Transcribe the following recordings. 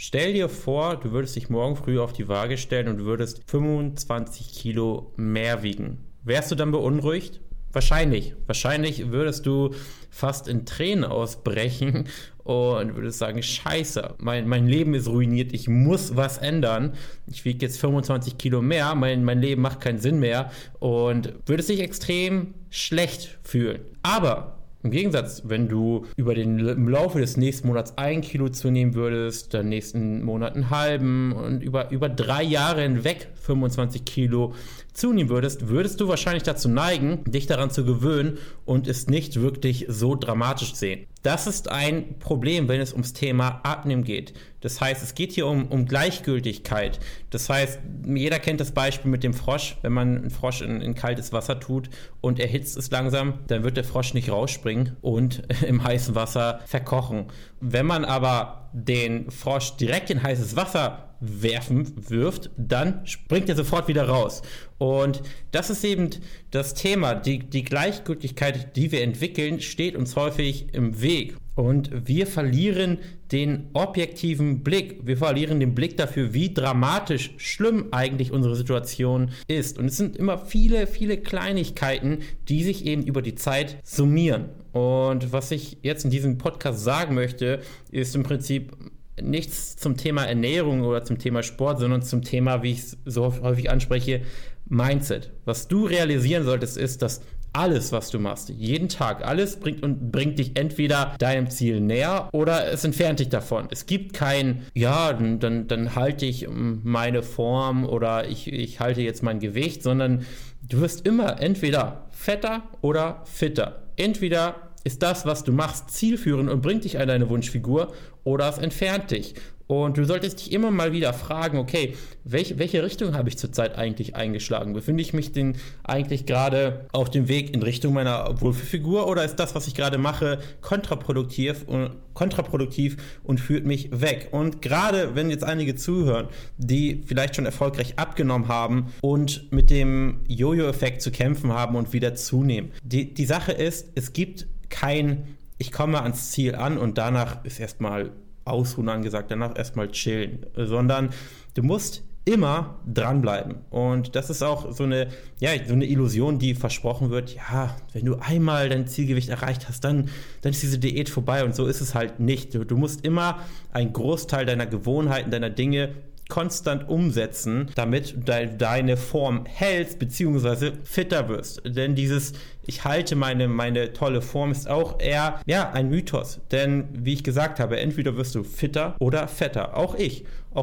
Stell dir vor, du würdest dich morgen früh auf die Waage stellen und du würdest 25 Kilo mehr wiegen. Wärst du dann beunruhigt? Wahrscheinlich. Wahrscheinlich würdest du fast in Tränen ausbrechen und würdest sagen, scheiße, mein Leben ist ruiniert, ich muss was ändern. Ich wiege jetzt 25 Kilo mehr, mein Leben macht keinen Sinn mehr und würdest dich extrem schlecht fühlen. Aber im Gegensatz, wenn du im Laufe des nächsten Monats 1 Kilo zunehmen würdest, dann nächsten Monat einen halben und über 3 Jahre hinweg 25 Kilo zunehmen würdest du wahrscheinlich dazu neigen, dich daran zu gewöhnen und es nicht wirklich so dramatisch sehen. Das ist ein Problem, wenn es ums Thema Abnehmen geht. Das heißt, es geht hier um Gleichgültigkeit. Das heißt, jeder kennt das Beispiel mit dem Frosch. Wenn man einen Frosch in kaltes Wasser tut und erhitzt es langsam, dann wird der Frosch nicht rausspringen und im heißen Wasser verkochen. Wenn man aber den Frosch direkt in heißes Wasser wirft, dann springt er sofort wieder raus. Und das ist eben das Thema. Die Gleichgültigkeit, die wir entwickeln, steht uns häufig im Weg. Und wir verlieren den objektiven Blick. Wir verlieren den Blick dafür, wie dramatisch schlimm eigentlich unsere Situation ist. Und es sind immer viele, viele Kleinigkeiten, die sich eben über die Zeit summieren. Und was ich jetzt in diesem Podcast sagen möchte, ist im Prinzip nichts zum Thema Ernährung oder zum Thema Sport, sondern zum Thema, wie ich es so häufig anspreche, Mindset. Was du realisieren solltest, ist, dass alles, was du machst, jeden Tag, alles bringt dich entweder deinem Ziel näher oder es entfernt dich davon. Es gibt kein, ja, dann halte ich meine Form oder ich halte jetzt mein Gewicht, sondern du wirst immer entweder fetter oder fitter. Entweder ist das, was du machst, zielführend und bringt dich an deine Wunschfigur oder es entfernt dich. Und du solltest dich immer mal wieder fragen, okay, welche Richtung habe ich zurzeit eigentlich eingeschlagen? Befinde ich mich denn eigentlich gerade auf dem Weg in Richtung meiner Wohlfühlfigur oder ist das, was ich gerade mache, kontraproduktiv und führt mich weg? Und gerade wenn jetzt einige zuhören, die vielleicht schon erfolgreich abgenommen haben und mit dem Jojo-Effekt zu kämpfen haben und wieder zunehmen. Die Sache ist, es gibt ich komme ans Ziel an und danach ist erstmal Ausruhen angesagt, danach erstmal chillen, sondern du musst immer dranbleiben. Und das ist auch so eine Illusion, die versprochen wird, ja, wenn du einmal dein Zielgewicht erreicht hast, dann ist diese Diät vorbei und so ist es halt nicht. Du musst immer einen Großteil deiner Gewohnheiten, deiner Dinge konstant umsetzen, damit du deine Form hältst bzw. fitter wirst. Denn ich halte meine tolle Form ist auch eher ein Mythos. Denn wie ich gesagt habe, entweder wirst du fitter oder fetter. Auch ich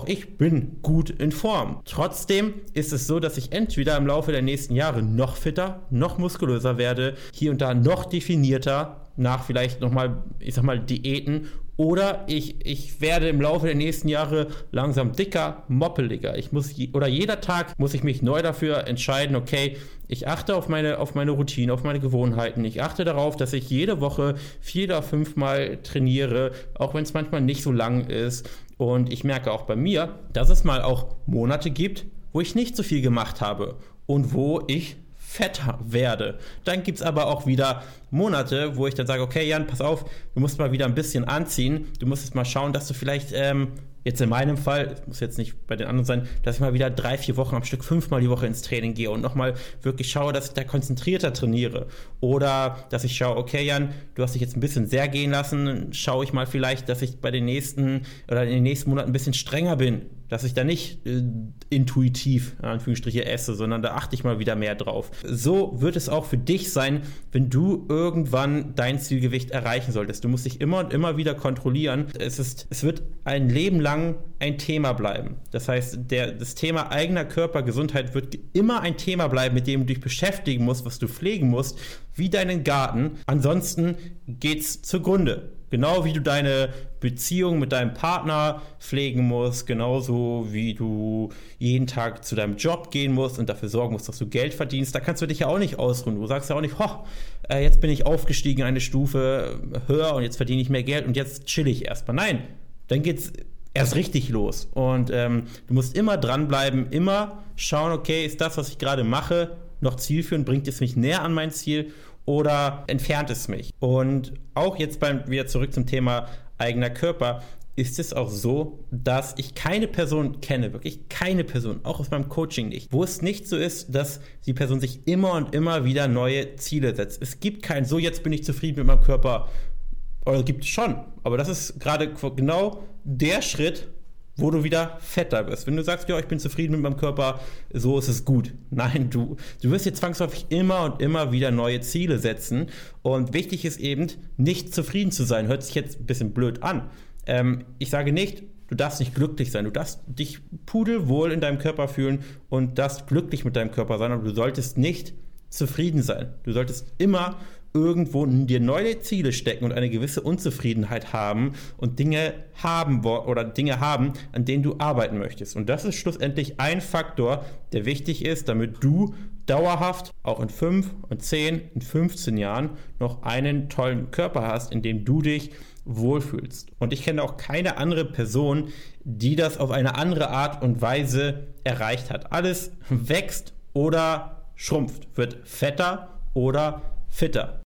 bin gut in Form. Trotzdem ist es so, dass ich entweder im Laufe der nächsten Jahre noch fitter, noch muskulöser werde, hier und da noch definierter, nach vielleicht nochmal, Diäten, oder ich werde im Laufe der nächsten Jahre langsam dicker, moppeliger. Jeder Tag muss ich mich neu dafür entscheiden, okay, ich achte auf meine Routine, auf meine Gewohnheiten. Ich achte darauf, dass ich jede Woche 4 oder 5 Mal trainiere, auch wenn es manchmal nicht so lang ist. Und ich merke auch bei mir, dass es mal auch Monate gibt, wo ich nicht so viel gemacht habe und wo ich fetter werde. Dann gibt es aber auch wieder Monate, wo ich dann sage, okay, Jan, pass auf, du musst mal wieder ein bisschen anziehen. Du musst jetzt mal schauen, dass du vielleicht, jetzt in meinem Fall, es muss jetzt nicht bei den anderen sein, dass ich mal wieder 3-4 Wochen am Stück 5-mal die Woche ins Training gehe und nochmal wirklich schaue, dass ich da konzentrierter trainiere. Oder dass ich schaue, okay, Jan, du hast dich jetzt ein bisschen sehr gehen lassen, schaue ich mal vielleicht, dass ich in den nächsten Monaten ein bisschen strenger bin. Dass ich da nicht intuitiv, in Anführungsstriche, esse, sondern da achte ich mal wieder mehr drauf. So wird es auch für dich sein, wenn du irgendwann dein Zielgewicht erreichen solltest. Du musst dich immer und immer wieder kontrollieren. Es wird ein Leben lang ein Thema bleiben. Das heißt, das Thema eigener Körpergesundheit wird immer ein Thema bleiben, mit dem du dich beschäftigen musst, was du pflegen musst, wie deinen Garten. Ansonsten geht's zugrunde. Genau wie du deine Beziehung mit deinem Partner pflegen musst, genauso wie du jeden Tag zu deinem Job gehen musst und dafür sorgen musst, dass du Geld verdienst, da kannst du dich ja auch nicht ausruhen. Du sagst ja auch nicht, jetzt bin ich aufgestiegen eine Stufe höher und jetzt verdiene ich mehr Geld und jetzt chill ich erstmal. Nein, dann geht's erst richtig los. Und du musst immer dranbleiben, immer schauen, okay, ist das, was ich gerade mache, noch zielführend, bringt es mich näher an mein Ziel oder entfernt es mich? Und auch jetzt wieder zurück zum Thema eigener Körper. ist es auch so, dass ich keine Person kenne, wirklich keine Person, auch aus meinem Coaching nicht, wo es nicht so ist, dass die Person sich immer und immer wieder neue Ziele setzt. Es gibt kein so, jetzt bin ich zufrieden mit meinem Körper, oder gibt es schon, aber das ist gerade genau der Schritt, wo du wieder fetter wirst. Wenn du sagst, ja, ich bin zufrieden mit meinem Körper, so ist es gut. Nein, du wirst jetzt zwangsläufig immer und immer wieder neue Ziele setzen. Und wichtig ist eben, nicht zufrieden zu sein. Hört sich jetzt ein bisschen blöd an. Ich sage nicht, du darfst nicht glücklich sein. Du darfst dich pudelwohl in deinem Körper fühlen und darfst glücklich mit deinem Körper sein, aber du solltest nicht zufrieden sein. Du solltest immer irgendwo dir neue Ziele stecken und eine gewisse Unzufriedenheit haben und Dinge haben, an denen du arbeiten möchtest. Und das ist schlussendlich ein Faktor, der wichtig ist, damit du dauerhaft auch in 5 und 10, in 15 Jahren noch einen tollen Körper hast, in dem du dich wohlfühlst. Und ich kenne auch keine andere Person, die das auf eine andere Art und Weise erreicht hat. Alles wächst oder schrumpft, wird fetter oder fitter.